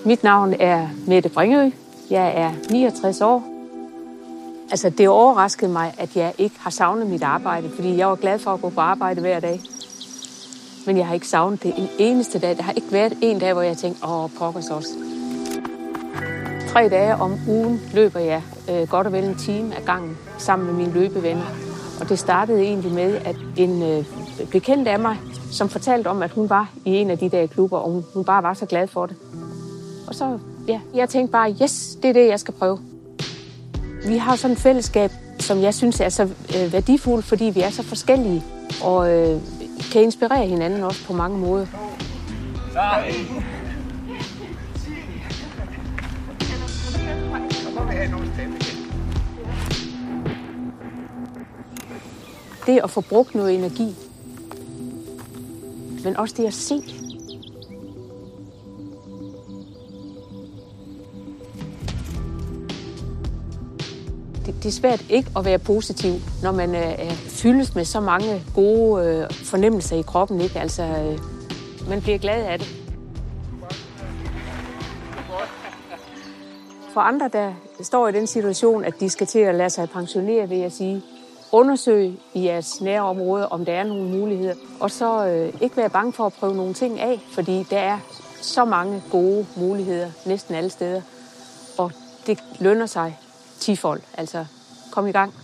Mit navn er Mette Bringø. Jeg er 69 år. Altså, det overraskede mig, at jeg ikke har savnet mit arbejde, fordi jeg var glad for at gå på arbejde hver dag. Men jeg har ikke savnet det en eneste dag. Der har ikke været en dag, hvor jeg tænkte, pokkers også. 3 dage om ugen løber jeg godt og vel en time ad gangen sammen med mine løbevenner. Og det startede egentlig med, at en bekendt af mig, som fortalte om, at hun var i en af de der klubber, og hun bare var så glad for det. Og så, jeg tænkte bare, yes, det er det, jeg skal prøve. Vi har sådan et fællesskab, som jeg synes er så værdifuldt, fordi vi er så forskellige og kan inspirere hinanden også på mange måder. Det at få brugt noget energi, men også det at se. Det er svært ikke at være positiv, når man fyldes med så mange gode fornemmelser i kroppen. Ikke? Altså, man bliver glad af det. For andre, der står i den situation, at de skal til at lade sig pensionere, vil jeg sige, undersøg i jeres nærområde, om der er nogle muligheder. Og så ikke være bange for at prøve nogle ting af, fordi der er så mange gode muligheder næsten alle steder. Og det lønner sig tifold. Altså, kom i gang.